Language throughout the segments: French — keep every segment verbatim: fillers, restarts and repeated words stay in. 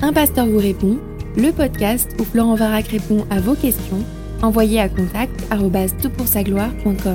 Un pasteur vous répond, le podcast où Florent Varac répond à vos questions, envoyez à contact arobase tout pour sa gloire point com.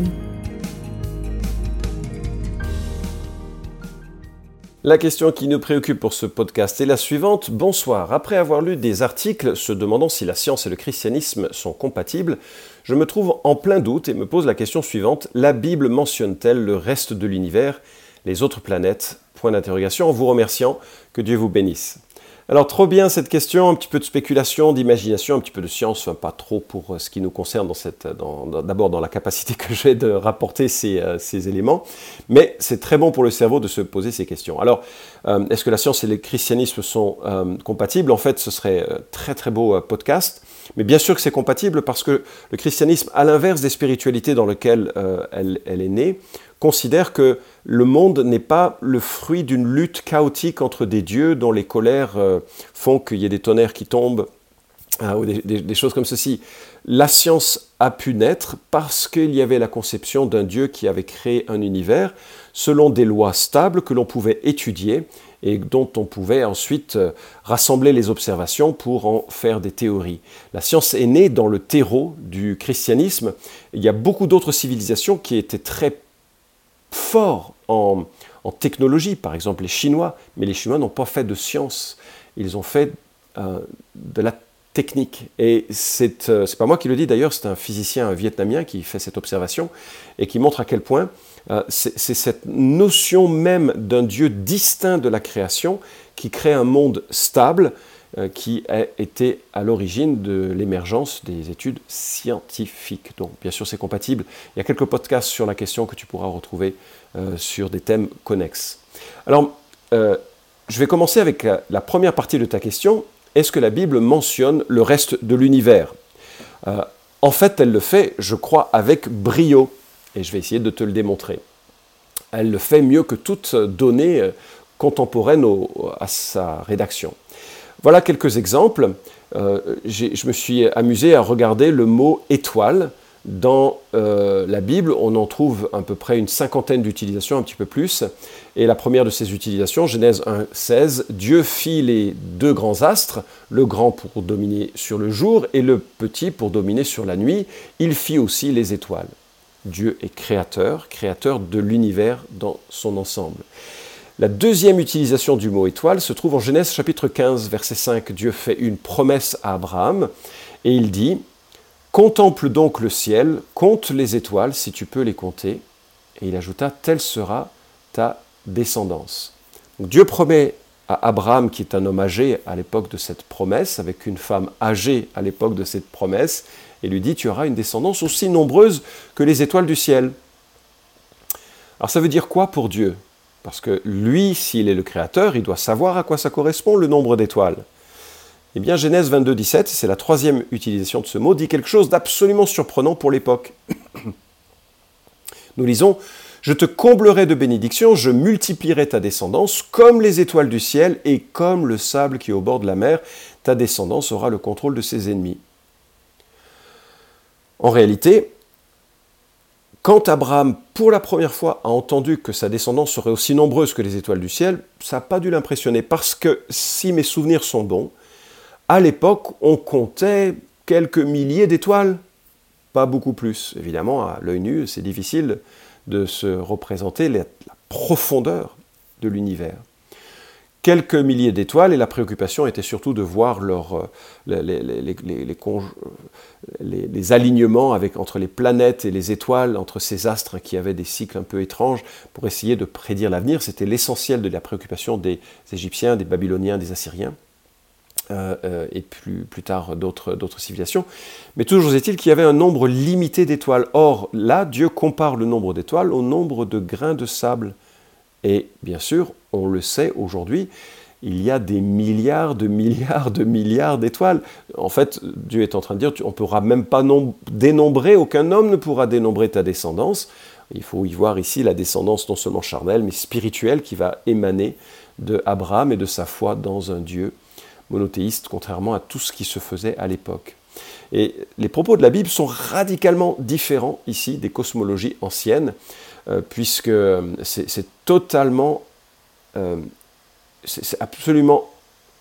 La question qui nous préoccupe pour ce podcast est la suivante. Bonsoir. Après avoir lu des articles se demandant si la science et le christianisme sont compatibles, je me trouve en plein doute et me pose la question suivante. La Bible mentionne-t-elle le reste de l'univers, les autres planètes? Point d'interrogation. En vous remerciant, que Dieu vous bénisse. Alors, trop bien cette question, un petit peu de spéculation, d'imagination, un petit peu de science, enfin pas trop pour ce qui nous concerne, dans cette, dans, dans, d'abord dans la capacité que j'ai de rapporter ces, euh, ces éléments, mais c'est très bon pour le cerveau de se poser ces questions. Alors, euh, est-ce que la science et le christianisme sont euh, compatibles? En fait, ce serait un très très beau euh, podcast, mais bien sûr que c'est compatible parce que le christianisme, à l'inverse des spiritualités dans lesquelles euh, elle, elle est née, considère que le monde n'est pas le fruit d'une lutte chaotique entre des dieux dont les colères euh, font qu'il y ait des tonnerres qui tombent, euh, ou des, des, des choses comme ceci. La science a pu naître parce qu'il y avait la conception d'un Dieu qui avait créé un univers selon des lois stables que l'on pouvait étudier et dont on pouvait ensuite euh, rassembler les observations pour en faire des théories. La science est née dans le terreau du christianisme. Il y a beaucoup d'autres civilisations qui étaient très forts en, en technologie, par exemple les Chinois, mais les Chinois n'ont pas fait de science, ils ont fait euh, de la technique. Et c'est, euh, c'est pas moi qui le dis d'ailleurs, c'est un physicien vietnamien qui fait cette observation et qui montre à quel point euh, c'est, c'est cette notion même d'un Dieu distinct de la création qui crée un monde stable, euh, qui a été à l'origine de l'émergence des études scientifiques. Donc bien sûr c'est compatible. Il y a quelques podcasts sur la question que tu pourras retrouver euh, sur des thèmes connexes. Alors, euh, je vais commencer avec la, la première partie de ta question. Est-ce que la Bible mentionne le reste de l'univers? euh, En fait, elle le fait, je crois, avec brio. Et je vais essayer de te le démontrer. Elle le fait mieux que toute donnée euh, contemporaine au, à sa rédaction. Voilà quelques exemples. Euh, j'ai, je me suis amusé à regarder le mot « étoile ». Dans euh, la Bible, on en trouve à peu près une cinquantaine d'utilisations, un petit peu plus. Et la première de ces utilisations, Genèse un, seize, Dieu fit les deux grands astres, le grand pour dominer sur le jour et le petit pour dominer sur la nuit. Il fit aussi les étoiles. Dieu est créateur, créateur de l'univers dans son ensemble. La deuxième utilisation du mot « étoile » se trouve en Genèse chapitre quinze, verset cinq. Dieu fait une promesse à Abraham et il dit « Contemple donc le ciel, compte les étoiles si tu peux les compter. » Et il ajouta « Telle sera ta descendance. » Donc Dieu promet à Abraham, qui est un homme âgé à l'époque de cette promesse, avec une femme âgée à l'époque de cette promesse, et lui dit « Tu auras une descendance aussi nombreuse que les étoiles du ciel. » Alors ça veut dire quoi pour Dieu? Parce que lui, s'il est le créateur, il doit savoir à quoi ça correspond le nombre d'étoiles. Eh bien, Genèse vingt-deux, dix-sept, c'est la troisième utilisation de ce mot, dit quelque chose d'absolument surprenant pour l'époque. Nous lisons « Je te comblerai de bénédictions, je multiplierai ta descendance comme les étoiles du ciel et comme le sable qui est au bord de la mer. Ta descendance aura le contrôle de ses ennemis. » En réalité, quand Abraham, pour la première fois, a entendu que sa descendance serait aussi nombreuse que les étoiles du ciel, ça n'a pas dû l'impressionner, parce que, si mes souvenirs sont bons, à l'époque, on comptait quelques milliers d'étoiles, pas beaucoup plus. Évidemment, à l'œil nu, c'est difficile de se représenter la, la profondeur de l'univers. Quelques milliers d'étoiles, et la préoccupation était surtout de voir leur, les, les, les, les, les, conj... les, les alignements avec, entre les planètes et les étoiles, entre ces astres qui avaient des cycles un peu étranges, pour essayer de prédire l'avenir. C'était l'essentiel de la préoccupation des Égyptiens, des Babyloniens, des Assyriens, euh, euh, et plus, plus tard d'autres, d'autres civilisations. Mais toujours est-il qu'il y avait un nombre limité d'étoiles. Or, là, Dieu compare le nombre d'étoiles au nombre de grains de sable. Et bien sûr, on le sait aujourd'hui, il y a des milliards de milliards de milliards d'étoiles. En fait, Dieu est en train de dire, on ne pourra même pas nom- dénombrer, aucun homme ne pourra dénombrer ta descendance. Il faut y voir ici la descendance non seulement charnelle, mais spirituelle qui va émaner de Abraham et de sa foi dans un Dieu monothéiste, contrairement à tout ce qui se faisait à l'époque. Et les propos de la Bible sont radicalement différents ici des cosmologies anciennes, euh, puisque c'est, c'est totalement, euh, c'est, c'est absolument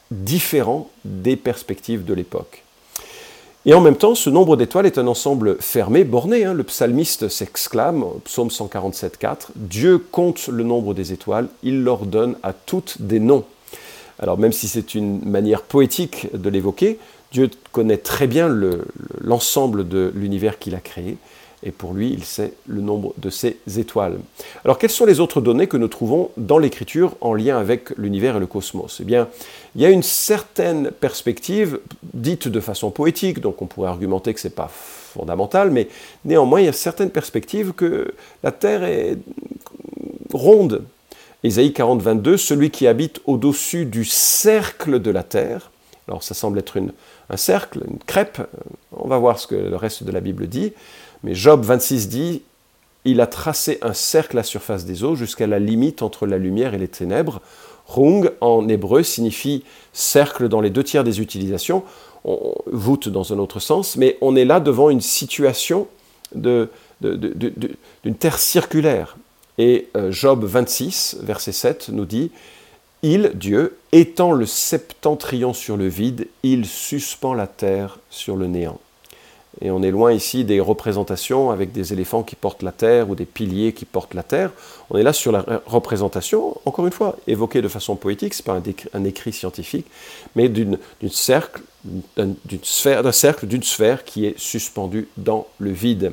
différent des perspectives de l'époque. Et en même temps, ce nombre d'étoiles est un ensemble fermé, borné. Hein. Le psalmiste s'exclame, psaume cent quarante-sept, quatre, « Dieu compte le nombre des étoiles, il leur donne à toutes des noms. » Alors même si c'est une manière poétique de l'évoquer, Dieu connaît très bien le, l'ensemble de l'univers qu'il a créé, et pour lui, il sait le nombre de ces étoiles. Alors, quelles sont les autres données que nous trouvons dans l'Écriture en lien avec l'univers et le cosmos ? Eh bien, il y a une certaine perspective, dite de façon poétique, donc on pourrait argumenter que ce n'est pas fondamental, mais néanmoins, il y a certaines perspectives que la Terre est ronde. Ésaïe quarante, vingt-deux, « Celui qui habite au-dessus du cercle de la terre », alors ça semble être une, un cercle, une crêpe, on va voir ce que le reste de la Bible dit, mais Job vingt-six dit « Il a tracé un cercle à la surface des eaux jusqu'à la limite entre la lumière et les ténèbres ». Rung, en hébreu, signifie cercle dans les deux tiers des utilisations, on, voûte dans un autre sens, mais on est là devant une situation de, de, de, de, de, d'une terre circulaire. Et euh, Job vingt-six, verset sept, nous dit « Il, Dieu, étend le septentrion sur le vide, il suspend la terre sur le néant. » Et on est loin ici des représentations avec des éléphants qui portent la terre ou des piliers qui portent la terre. On est là sur la représentation, encore une fois, évoquée de façon poétique, ce n'est pas un, décrit, un écrit scientifique, mais d'une, d'une cercle, d'une sphère, d'un cercle, d'une sphère qui est suspendue dans le vide.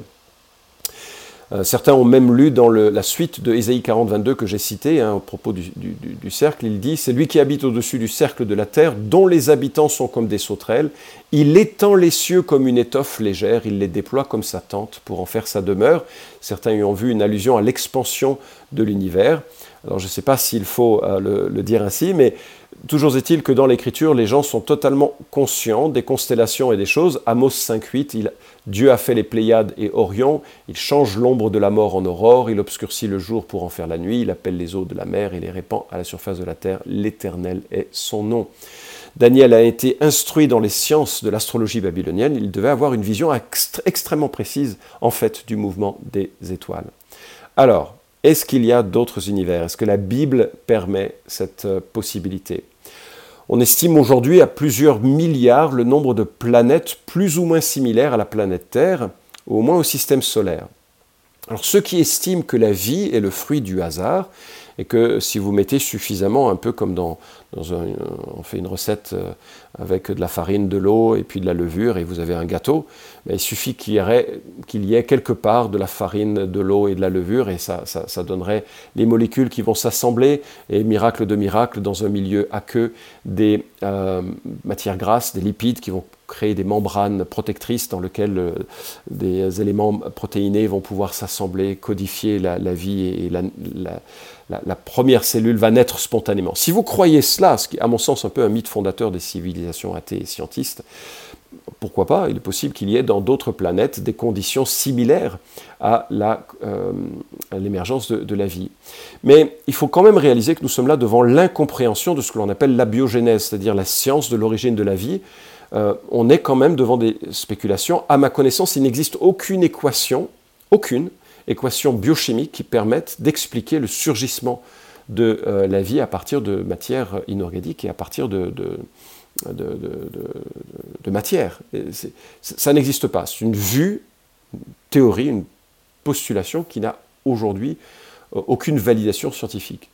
Euh, certains ont même lu dans le, la suite de Ésaïe quarante, vingt-deux que j'ai cité, hein, au propos du, du, du cercle, il dit « C'est lui qui habite au-dessus du cercle de la terre, dont les habitants sont comme des sauterelles. Il étend les cieux comme une étoffe légère, il les déploie comme sa tente pour en faire sa demeure. » Certains y ont vu une allusion à l'expansion de l'univers. Alors je ne sais pas s'il faut euh, le, le dire ainsi, mais toujours est-il que dans l'Écriture, les gens sont totalement conscients des constellations et des choses. Amos cinq, huit, il, Dieu a fait les Pléiades et Orion, il change l'ombre de la mort en aurore, il obscurcit le jour pour en faire la nuit, il appelle les eaux de la mer et les répand à la surface de la terre. L'Éternel est son nom. Daniel a été instruit dans les sciences de l'astrologie babylonienne, il devait avoir une vision extré- extrêmement précise, en fait, du mouvement des étoiles. Alors, est-ce qu'il y a d'autres univers ? Est-ce que la Bible permet cette euh, possibilité ? On estime aujourd'hui à plusieurs milliards le nombre de planètes plus ou moins similaires à la planète Terre, ou au moins au système solaire. Alors ceux qui estiment que la vie est le fruit du hasard, et que si vous mettez suffisamment, un peu comme dans, dans un, on fait une recette avec de la farine, de l'eau et puis de la levure, et vous avez un gâteau, mais il suffit qu'il y, aurait, qu'il y ait quelque part de la farine, de l'eau et de la levure, et ça, ça, ça donnerait les molécules qui vont s'assembler, et miracle de miracle, dans un milieu aqueux, des euh, matières grasses, des lipides qui vont créer des membranes protectrices dans lesquelles euh, des éléments protéinés vont pouvoir s'assembler, codifier la, la vie, et, et la, la, la, la première cellule va naître spontanément. Si vous croyez cela, ce qui est à mon sens un peu un mythe fondateur des civilisations athées et scientistes, pourquoi pas, il est possible qu'il y ait dans d'autres planètes des conditions similaires à, la, euh, à l'émergence de, de la vie. Mais il faut quand même réaliser que nous sommes là devant l'incompréhension de ce que l'on appelle l'abiogénèse, c'est-à-dire la science de l'origine de la vie. Euh, on est quand même devant des spéculations. À ma connaissance, il n'existe aucune équation, aucune équation biochimique qui permette d'expliquer le surgissement de euh, la vie à partir de matière inorganique et à partir de, de, de, de, de, de matière. Et c'est, ça n'existe pas. C'est une vue, une théorie, une postulation qui n'a aujourd'hui euh, aucune validation scientifique.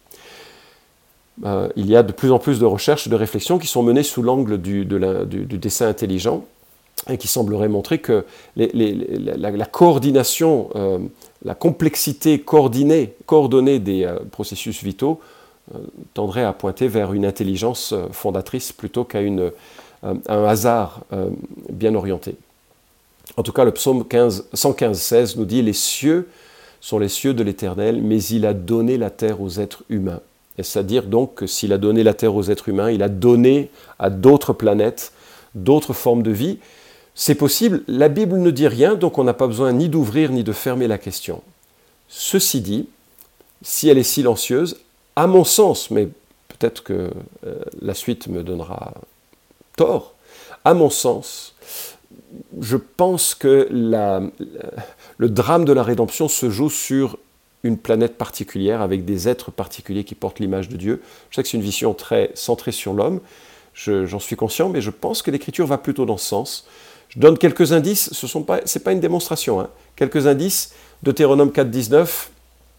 Euh, il y a de plus en plus de recherches, de réflexions qui sont menées sous l'angle du, de la, du, du dessin intelligent et qui sembleraient montrer que les, les, la, la coordination, euh, la complexité coordonnée, coordonnée des euh, processus vitaux euh, tendrait à pointer vers une intelligence euh, fondatrice plutôt qu'à une, euh, un hasard euh, bien orienté. En tout cas, le psaume cent quinze, seize nous dit « Les cieux sont les cieux de l'Éternel, mais il a donné la terre aux êtres humains. » C'est-à-dire donc que s'il a donné la terre aux êtres humains, il a donné à d'autres planètes, d'autres formes de vie. C'est possible, la Bible ne dit rien, donc on n'a pas besoin ni d'ouvrir ni de fermer la question. Ceci dit, si elle est silencieuse, à mon sens, mais peut-être que euh, la suite me donnera tort, à mon sens, je pense que la, la, le drame de la rédemption se joue sur une planète particulière, avec des êtres particuliers qui portent l'image de Dieu. Je sais que c'est une vision très centrée sur l'homme, je, j'en suis conscient, mais je pense que l'Écriture va plutôt dans ce sens. Je donne quelques indices, ce n'est pas, pas une démonstration, hein. Quelques indices, Deutéronome quatre, dix-neuf,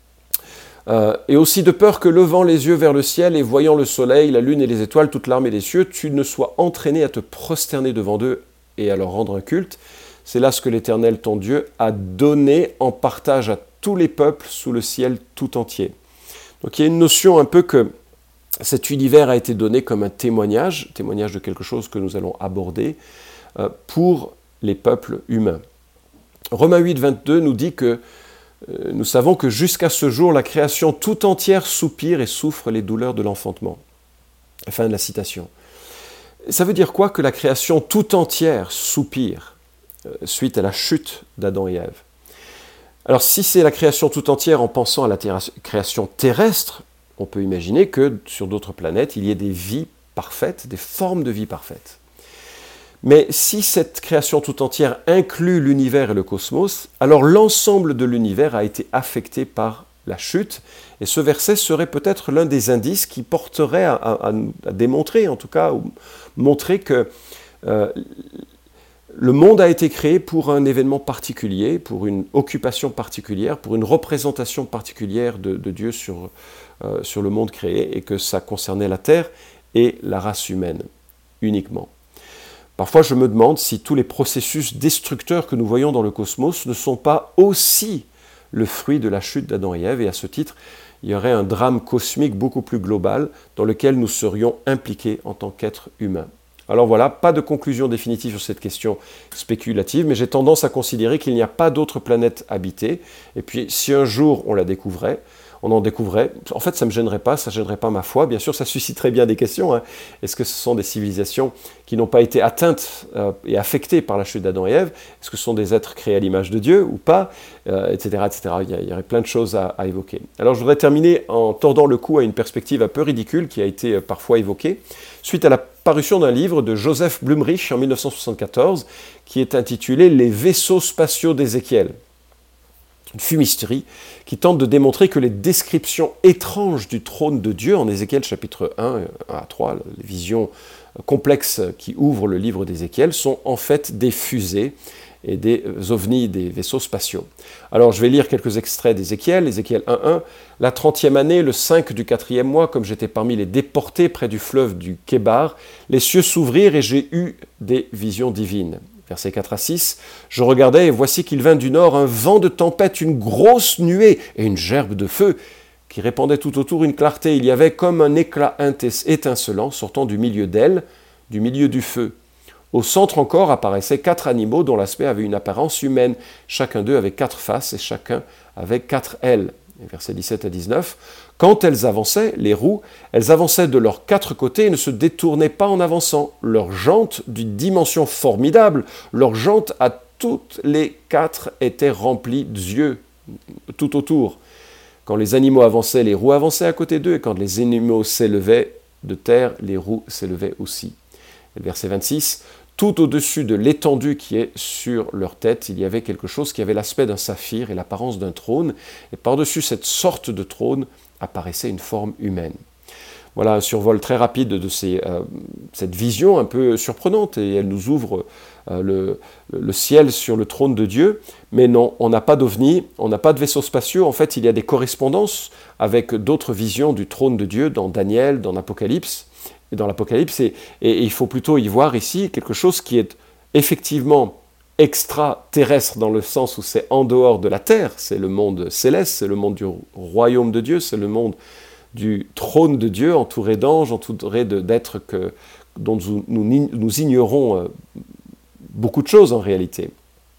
euh, « Et aussi de peur que levant les yeux vers le ciel et voyant le soleil, la lune et les étoiles, toute l'armée des cieux, tu ne sois entraîné à te prosterner devant eux et à leur rendre un culte. C'est là ce que l'Éternel, ton Dieu, a donné en partage à tous les peuples sous le ciel tout entier. » Donc il y a une notion un peu que cet univers a été donné comme un témoignage, témoignage de quelque chose que nous allons aborder, euh, pour les peuples humains. Romains huit, vingt-deux nous dit que euh, nous savons que jusqu'à ce jour, la création tout entière soupire et souffre les douleurs de l'enfantement. Fin de la citation. Ça veut dire quoi que la création tout entière soupire euh, suite à la chute d'Adam et Ève? Alors si c'est la création tout entière en pensant à la terra- création terrestre, on peut imaginer que sur d'autres planètes, il y ait des vies parfaites, des formes de vie parfaites. Mais si cette création tout entière inclut l'univers et le cosmos, alors l'ensemble de l'univers a été affecté par la chute, et ce verset serait peut-être l'un des indices qui porterait à, à, à démontrer, en tout cas, ou montrer que euh, le monde a été créé pour un événement particulier, pour une occupation particulière, pour une représentation particulière de, de Dieu sur, euh, sur le monde créé, et que ça concernait la Terre et la race humaine uniquement. Parfois, je me demande si tous les processus destructeurs que nous voyons dans le cosmos ne sont pas aussi le fruit de la chute d'Adam et Ève, et à ce titre, il y aurait un drame cosmique beaucoup plus global dans lequel nous serions impliqués en tant qu'êtres humains. Alors voilà, pas de conclusion définitive sur cette question spéculative, mais j'ai tendance à considérer qu'il n'y a pas d'autre planète habitée, et puis si un jour on la découvrait, on en découvrait, en fait ça ne me gênerait pas, ça ne gênerait pas ma foi, bien sûr ça susciterait bien des questions, hein. Est-ce que ce sont des civilisations qui n'ont pas été atteintes euh, et affectées par la chute d'Adam et Ève? Est-ce que ce sont des êtres créés à l'image de Dieu ou pas, euh, et cetera, et cetera. Il y, a, il y aurait plein de choses à, à évoquer. Alors je voudrais terminer en tordant le cou à une perspective un peu ridicule qui a été euh, parfois évoquée, suite à la parution d'un livre de Joseph Blumrich en mille neuf cent soixante-quatorze, qui est intitulé « Les vaisseaux spatiaux d'Ézéchiel ». Une fumisterie qui tente de démontrer que les descriptions étranges du trône de Dieu, en Ézéchiel chapitre un à trois, les visions complexes qui ouvrent le livre d'Ézéchiel, sont en fait des fusées et des ovnis, des vaisseaux spatiaux. Alors je vais lire quelques extraits d'Ézéchiel, Ézéchiel un un, « La trentième année, le cinq du quatrième mois, comme j'étais parmi les déportés près du fleuve du Kébar, les cieux s'ouvrirent et j'ai eu des visions divines. » Versets quatre à six, « Je regardais et voici qu'il vint du nord un vent de tempête, une grosse nuée et une gerbe de feu qui répandait tout autour une clarté. Il y avait comme un éclat étincelant sortant du milieu d'elle, du milieu du feu. Au centre encore apparaissaient quatre animaux dont l'aspect avait une apparence humaine. Chacun d'eux avait quatre faces et chacun avait quatre ailes. » Versets dix-sept à dix-neuf. « Quand elles avançaient, les roues, elles avançaient de leurs quatre côtés et ne se détournaient pas en avançant. Leurs jantes, d'une dimension formidable, leurs jantes à toutes les quatre étaient remplies d'yeux tout autour. Quand les animaux avançaient, les roues avançaient à côté d'eux, et quand les animaux s'élevaient de terre, les roues s'élevaient aussi. » Verset vingt-six. « Tout au-dessus de l'étendue qui est sur leur tête, il y avait quelque chose qui avait l'aspect d'un saphir et l'apparence d'un trône, et par-dessus cette sorte de trône apparaissait une forme humaine. » Voilà un survol très rapide de ces, euh, cette vision un peu surprenante, et elle nous ouvre euh, le, le ciel sur le trône de Dieu. Mais non, on n'a pas d'ovnis, on n'a pas de vaisseaux spatiaux. En fait, il y a des correspondances avec d'autres visions du trône de Dieu dans Daniel, dans l'Apocalypse. Et dans l'Apocalypse, et, et, et il faut plutôt y voir ici quelque chose qui est effectivement extraterrestre dans le sens où c'est en dehors de la terre, c'est le monde céleste, c'est le monde du royaume de Dieu, c'est le monde du trône de Dieu, entouré d'anges, entouré de, d'êtres que, dont nous, nous, nous ignorons euh, beaucoup de choses en réalité.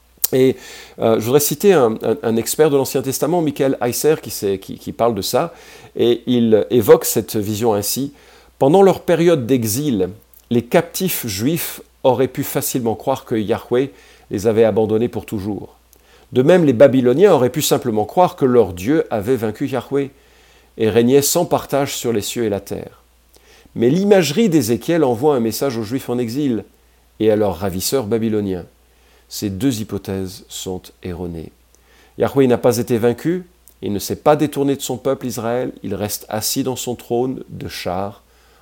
Et euh, je voudrais citer un, un, un expert de l'Ancien Testament, Michael Heiser, qui, qui, qui parle de ça, et il évoque cette vision ainsi. Pendant leur période d'exil, les captifs juifs auraient pu facilement croire que Yahweh les avait abandonnés pour toujours. De même, les Babyloniens auraient pu simplement croire que leur Dieu avait vaincu Yahweh et régnait sans partage sur les cieux et la terre. Mais l'imagerie d'Ézéchiel envoie un message aux Juifs en exil et à leurs ravisseurs babyloniens. Ces deux hypothèses sont erronées. Yahweh n'a pas été vaincu, il ne s'est pas détourné de son peuple Israël, il reste assis dans son trône de char,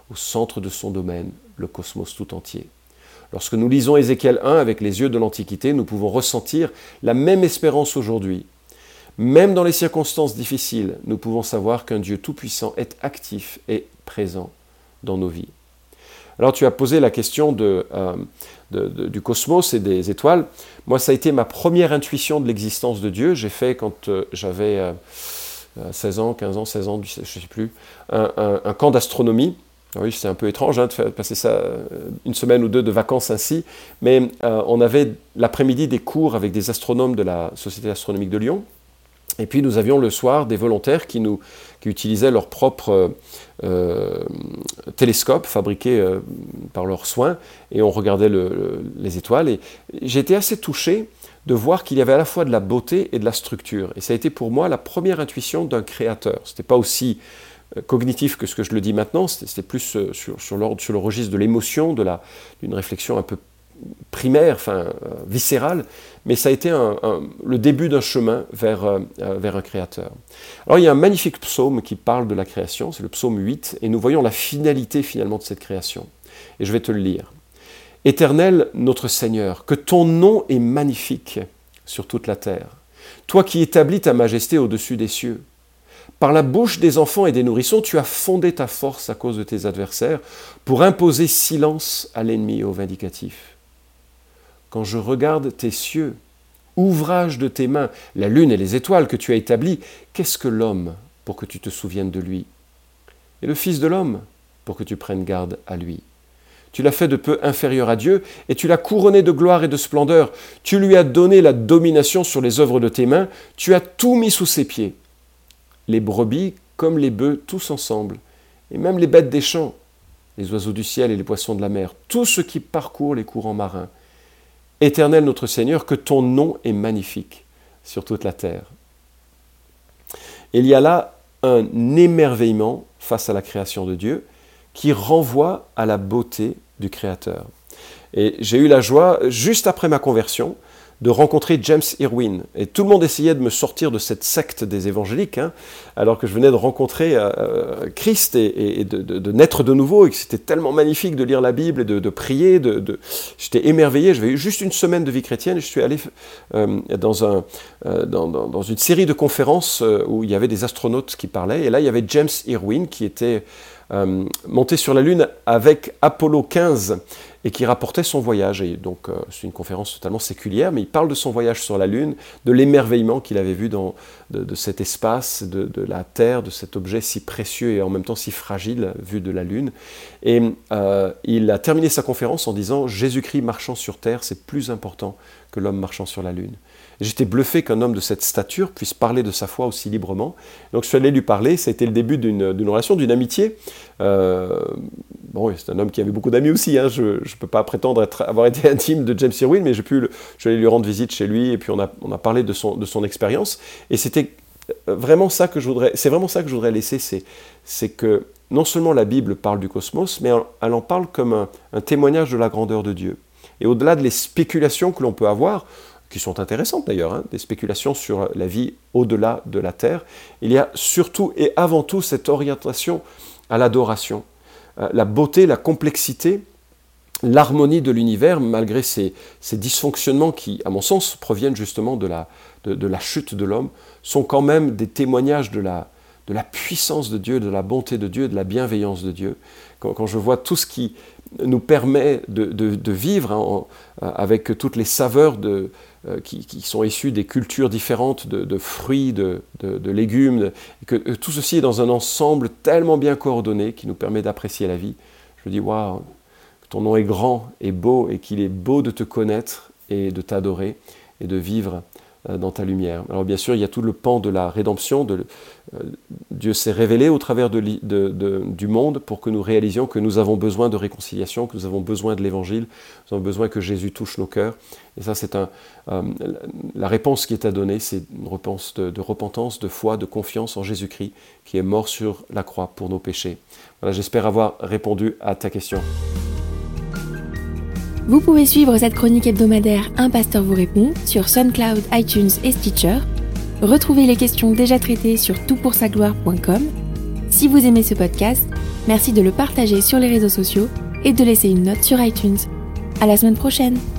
au centre de son domaine, le cosmos tout entier. Lorsque nous lisons Ézéchiel un avec les yeux de l'Antiquité, nous pouvons ressentir la même espérance aujourd'hui. Même dans les circonstances difficiles, nous pouvons savoir qu'un Dieu tout-puissant est actif et présent dans nos vies. Alors tu as posé la question de, euh, de, de, du cosmos et des étoiles. Moi, ça a été ma première intuition de l'existence de Dieu. J'ai fait, quand euh, j'avais euh, seize ans, quinze ans, seize ans, je ne sais plus, un, un, un camp d'astronomie. Oui, c'est un peu étrange hein, de faire passer ça une semaine ou deux de vacances ainsi, mais euh, on avait l'après-midi des cours avec des astronomes de la Société astronomique de Lyon. Et puis nous avions le soir des volontaires qui, nous, qui utilisaient leur propre euh, télescope fabriqué euh, par leurs soins, et on regardait le, le, les étoiles. Et j'étais assez touché de voir qu'il y avait à la fois de la beauté et de la structure. Et ça a été pour moi la première intuition d'un créateur. Ce n'était pas aussi cognitif que ce que je le dis maintenant, c'était plus sur, sur, l'ordre, sur le registre de l'émotion, de la, d'une réflexion un peu primaire, enfin euh, viscérale, mais ça a été un, un, le début d'un chemin vers, euh, vers un créateur. Alors il y a un magnifique psaume qui parle de la création, c'est le psaume huit, et nous voyons la finalité finalement de cette création. Et je vais te le lire. « Éternel notre Seigneur, que ton nom est magnifique sur toute la terre, toi qui établis ta majesté au-dessus des cieux. Par la bouche des enfants et des nourrissons, tu as fondé ta force à cause de tes adversaires pour imposer silence à l'ennemi et au vindicatif. Quand je regarde tes cieux, ouvrage de tes mains, la lune et les étoiles que tu as établies, qu'est-ce que l'homme pour que tu te souviennes de lui? Et le Fils de l'homme pour que tu prennes garde à lui. Tu l'as fait de peu inférieur à Dieu et tu l'as couronné de gloire et de splendeur. Tu lui as donné la domination sur les œuvres de tes mains, tu as tout mis sous ses pieds. Les brebis comme les bœufs, tous ensemble, et même les bêtes des champs, les oiseaux du ciel et les poissons de la mer, tout ce qui parcourt les courants marins. Éternel notre Seigneur, que ton nom est magnifique sur toute la terre. » Il y a là un émerveillement face à la création de Dieu qui renvoie à la beauté du Créateur. Et j'ai eu la joie, juste après ma conversion, de rencontrer James Irwin. Et tout le monde essayait de me sortir de cette secte des évangéliques, hein, alors que je venais de rencontrer euh, Christ et, et de, de, de naître de nouveau, et que c'était tellement magnifique de lire la Bible et de, de prier. De, de... J'étais émerveillé, j'avais eu juste une semaine de vie chrétienne, et je suis allé euh, dans, un, euh, dans, dans, dans une série de conférences euh, où il y avait des astronautes qui parlaient, et là il y avait James Irwin qui était euh, monté sur la Lune avec Apollo quinze, et qui rapportait son voyage. Et donc, euh, c'est une conférence totalement séculière, mais il parle de son voyage sur la Lune, de l'émerveillement qu'il avait vu dans, de, de cet espace, de, de la Terre, de cet objet si précieux et en même temps si fragile, vu de la Lune. Et euh, il a terminé sa conférence en disant « Jésus-Christ marchant sur Terre, c'est plus important que l'homme marchant sur la Lune ». J'étais bluffé qu'un homme de cette stature puisse parler de sa foi aussi librement. Donc je suis allé lui parler, ça a été le début d'une, d'une relation, d'une amitié. Euh, bon, c'est un homme qui avait beaucoup d'amis aussi, hein. Je ne peux pas prétendre être, avoir été intime de James Irwin, mais j'ai pu le, je suis allé lui rendre visite chez lui, et puis on a, on a parlé de son, de son expérience. Et c'était vraiment ça que je voudrais, c'est vraiment ça que je voudrais laisser, c'est, c'est que non seulement la Bible parle du cosmos, mais elle en parle comme un, un témoignage de la grandeur de Dieu. Et au-delà des spéculations que l'on peut avoir, qui sont intéressantes d'ailleurs, hein, des spéculations sur la vie au-delà de la Terre, il y a surtout et avant tout cette orientation à l'adoration, euh, la beauté, la complexité, l'harmonie de l'univers, malgré ces, ces dysfonctionnements qui, à mon sens, proviennent justement de la, de, de la chute de l'homme, sont quand même des témoignages de la, de la puissance de Dieu, de la bonté de Dieu, de la bienveillance de Dieu. Quand, quand je vois tout ce qui nous permet de, de, de vivre hein, en, avec toutes les saveurs de, euh, qui, qui sont issues des cultures différentes de, de fruits, de, de, de légumes, de, et que euh, tout ceci est dans un ensemble tellement bien coordonné qui nous permet d'apprécier la vie. Je me dis, waouh, ton nom est grand et beau, et qu'il est beau de te connaître et de t'adorer et de vivre dans ta lumière. Alors bien sûr, il y a tout le pan de la rédemption. De, euh, Dieu s'est révélé au travers de, de, de, du monde pour que nous réalisions que nous avons besoin de réconciliation, que nous avons besoin de l'Évangile, nous avons besoin que Jésus touche nos cœurs. Et ça, c'est un, euh, la réponse qui est à donner, c'est une réponse de, de repentance, de foi, de confiance en Jésus-Christ, qui est mort sur la croix pour nos péchés. Voilà, j'espère avoir répondu à ta question. Vous pouvez suivre cette chronique hebdomadaire Un Pasteur vous répond sur SoundCloud, iTunes et Stitcher. Retrouvez les questions déjà traitées sur tout pour sa gloire point com. Si vous aimez ce podcast, Merci de le partager sur les réseaux sociaux et de laisser une note sur iTunes. À la semaine prochaine!